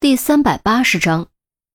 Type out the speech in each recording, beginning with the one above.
第380章。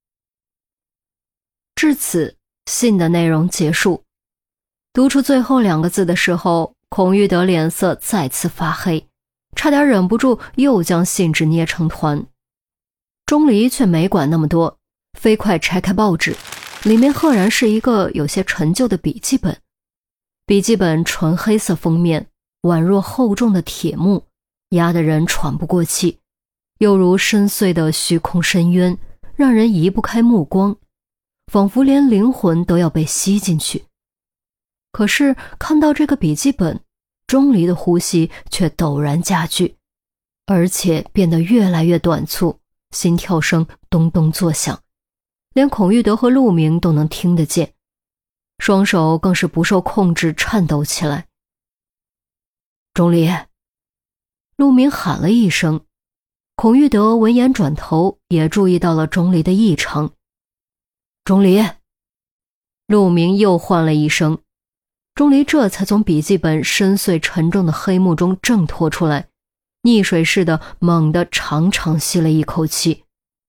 至此，信的内容结束。读出最后2个字的时候，孔玉德脸色再次发黑，差点忍不住又将信纸捏成团。钟离却没管那么多，飞快拆开报纸，里面赫然是一个有些陈旧的笔记本。笔记本纯黑色封面，宛若厚重的铁木，压得人喘不过气，又如深邃的虚空深渊，让人移不开目光，仿佛连灵魂都要被吸进去。可是看到这个笔记本，钟离的呼吸却陡然加剧，而且变得越来越短促，心跳声咚咚作响，连孔玉德和陆明都能听得见，双手更是不受控制颤抖起来。钟离，陆明喊了一声，孔玉德闻言转头，也注意到了钟离的异常。钟离，陆明又唤了一声，钟离这才从笔记本深邃沉重的黑幕中挣脱出来，溺水似的猛地长长吸了一口气。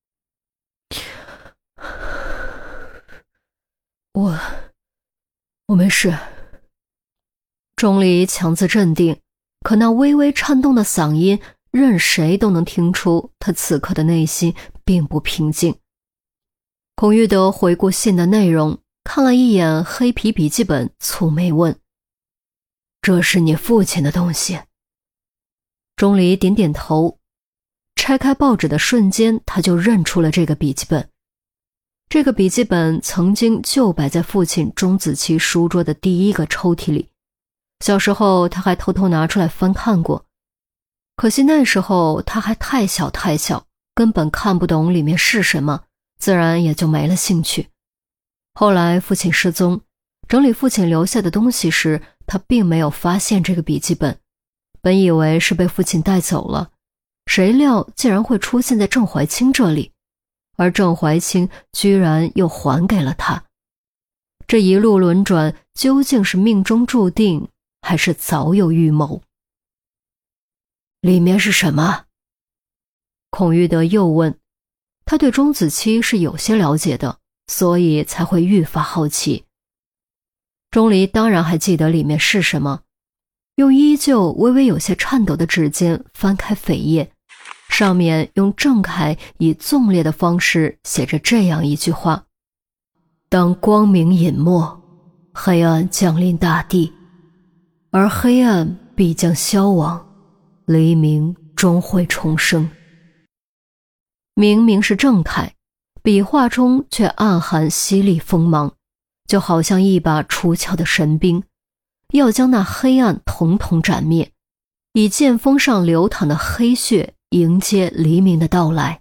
我没事。钟离强自镇定，可那微微颤动的嗓音任谁都能听出他此刻的内心并不平静。孔玉德回顾信的内容，看了一眼黑皮笔记本，蹙眉问：这是你父亲的东西？钟离点点头，拆开报纸的瞬间，他就认出了这个笔记本。这个笔记本曾经就摆在父亲钟子期书桌的第一个抽屉里，小时候他还偷偷拿出来翻看过，可惜那时候他还太小，根本看不懂里面是什么，自然也就没了兴趣。后来父亲失踪，整理父亲留下的东西时，他并没有发现这个笔记本，本以为是被父亲带走了，谁料竟然会出现在郑怀清这里，而郑怀清居然又还给了他。这一路轮转，究竟是命中注定，还是早有预谋？里面是什么？孔玉德又问。他对钟子期是有些了解的，所以才会愈发好奇。钟离当然还记得里面是什么，用依旧微微有些颤抖的指尖翻开扉页，上面用正楷以纵列的方式写着这样一句话：当光明隐没，黑暗降临大地，而黑暗必将消亡，黎明终会重生。明明是正楷，笔画中却暗含犀利锋芒，就好像一把出鞘的神兵，要将那黑暗统统斩灭，以剑锋上流淌的黑血迎接黎明的到来。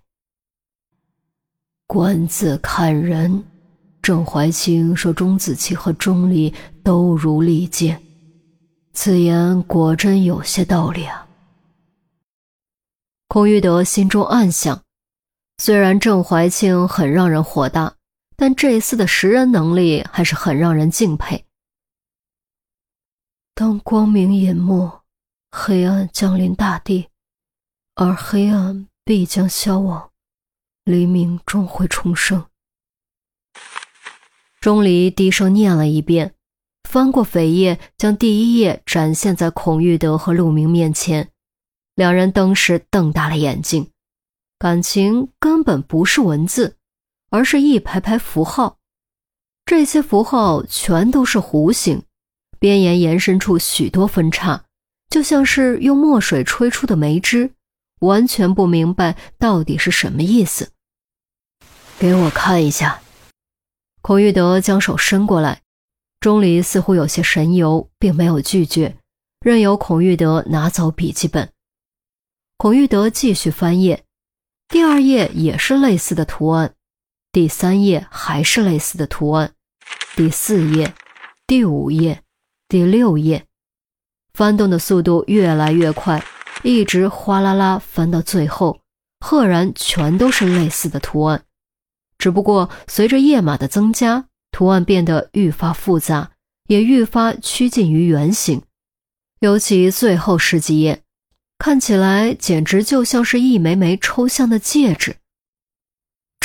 观字看人，郑怀清说钟子期和钟离都如利剑，此言果真有些道理啊。孔玉德心中暗想，虽然郑怀清很让人火大，但这厮的识人能力还是很让人敬佩。当光明隐没，黑暗降临大地，而黑暗必将消亡，黎明终会重生。钟离低声念了一遍，翻过扉页，将第一页展现在孔玉德和陆明面前，两人登时瞪大了眼睛。感情根本不是文字，而是一排排符号，这些符号全都是弧形，边沿延伸出许多分叉，就像是用墨水吹出的梅枝，完全不明白到底是什么意思。给我看一下。孔玉德将手伸过来，钟离似乎有些神游，并没有拒绝，任由孔玉德拿走笔记本。孔玉德继续翻页，第2页也是类似的图案，第3页还是类似的图案，第4页、第5页、第6页，翻动的速度越来越快，一直哗啦啦翻到最后，赫然全都是类似的图案。只不过随着页码的增加，图案变得愈发复杂，也愈发趋近于圆形。尤其最后10几页，看起来简直就像是一枚枚抽象的戒指。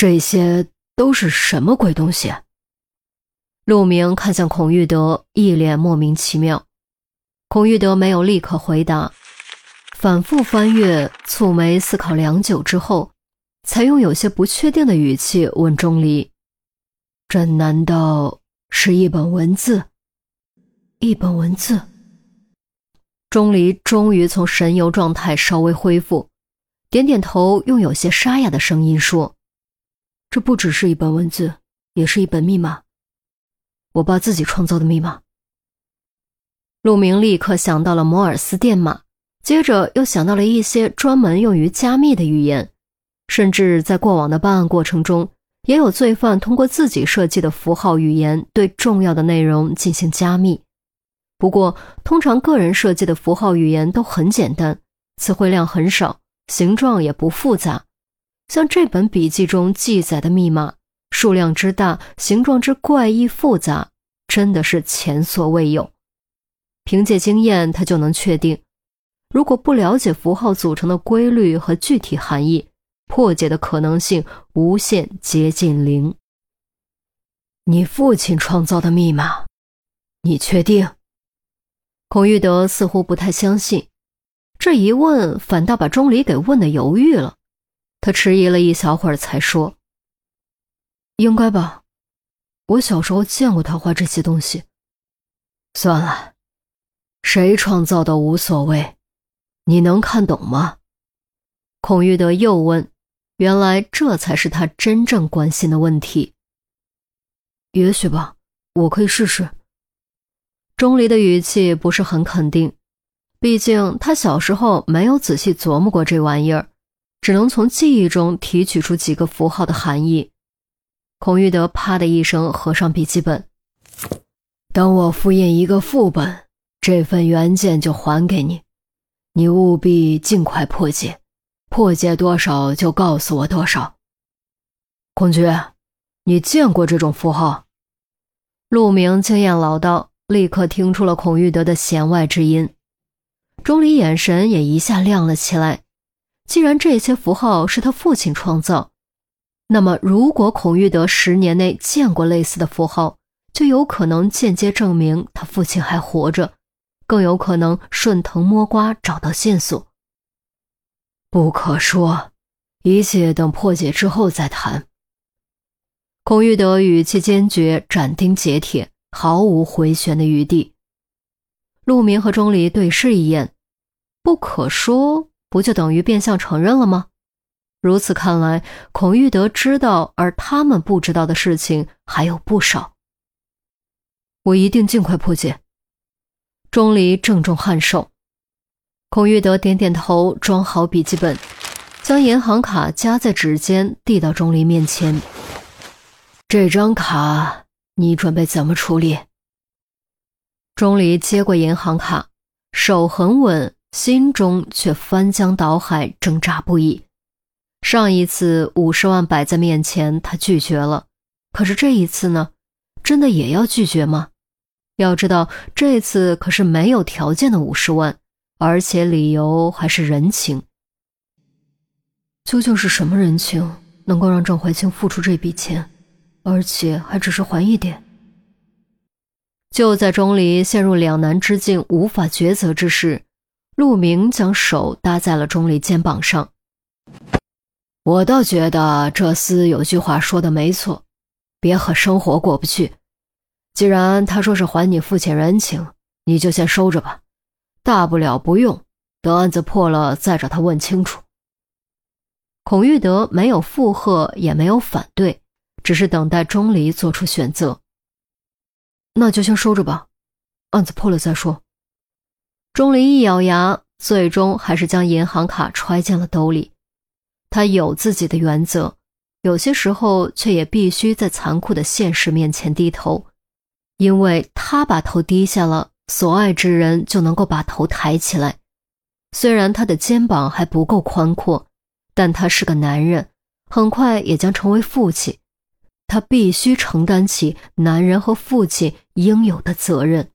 这些都是什么鬼东西？陆明看向孔玉德，一脸莫名其妙。孔玉德没有立刻回答，反复翻阅，蹙眉思考良久之后，才用有些不确定的语气问钟离：这难道是一本文字？一本文字？钟离终于从神游状态稍微恢复，点点头，用有些沙哑的声音说：这不只是一本文字，也是一本密码，我爸自己创造的密码。陆明立刻想到了摩尔斯电码，接着又想到了一些专门用于加密的语言，甚至在过往的办案过程中，也有罪犯通过自己设计的符号语言对重要的内容进行加密。不过，通常个人设计的符号语言都很简单，词汇量很少，形状也不复杂。像这本笔记中记载的密码，数量之大，形状之怪异复杂，真的是前所未有。凭借经验，他就能确定，如果不了解符号组成的规律和具体含义，破解的可能性无限接近零。你父亲创造的密码，你确定？孔玉德似乎不太相信，这一问反倒把钟离给问得犹豫了。他迟疑了一小会儿才说：应该吧，我小时候见过他画这些东西。算了，谁创造都无所谓，你能看懂吗？孔玉德又问，原来这才是他真正关心的问题。也许吧，我可以试试。钟离的语气不是很肯定，毕竟他小时候没有仔细琢磨过这玩意儿，只能从记忆中提取出几个符号的含义。孔玉德啪的一声合上笔记本，等我复印一个副本，这份原件就还给你，你务必尽快破解，破解多少就告诉我多少。孔局，你见过这种符号？陆明经验老道，立刻听出了孔玉德的弦外之音。钟离眼神也一下亮了起来，既然这些符号是他父亲创造，那么如果孔玉德10年内见过类似的符号，就有可能间接证明他父亲还活着，更有可能顺藤摸瓜找到线索。不可说，一切等破解之后再谈。孔玉德语气坚决，斩钉截铁，毫无回旋的余地。陆明和钟离对视一眼，不可说不就等于变相承认了吗？如此看来，孔玉德知道而他们不知道的事情还有不少。我一定尽快破解。钟离郑重颔首。孔玉德点点头，装好笔记本，将银行卡夹在指尖递到钟离面前。这张卡你准备怎么处理？钟离接过银行卡，手很稳，心中却翻江倒海，挣扎不已。上一次50万摆在面前，他拒绝了，可是这一次呢？真的也要拒绝吗？要知道，这次可是没有条件的50万，而且理由还是人情。究竟是什么人情，能够让郑怀清付出这笔钱，而且还只是还一点？就在钟离陷入两难之境，无法抉择之时，陆明将手搭在了钟离肩膀上。我倒觉得这厮有句话说的没错，别和生活过不去。既然他说是还你父亲人情，你就先收着吧，大不了不用，等案子破了再找他问清楚。孔玉德没有附和，也没有反对，只是等待钟离做出选择。那就先收着吧，案子破了再说。钟离一咬牙，最终还是将银行卡揣进了兜里。他有自己的原则，有些时候却也必须在残酷的现实面前低头，因为他把头低下了，所爱之人就能够把头抬起来。虽然他的肩膀还不够宽阔，但他是个男人，很快也将成为父亲，他必须承担起男人和父亲应有的责任。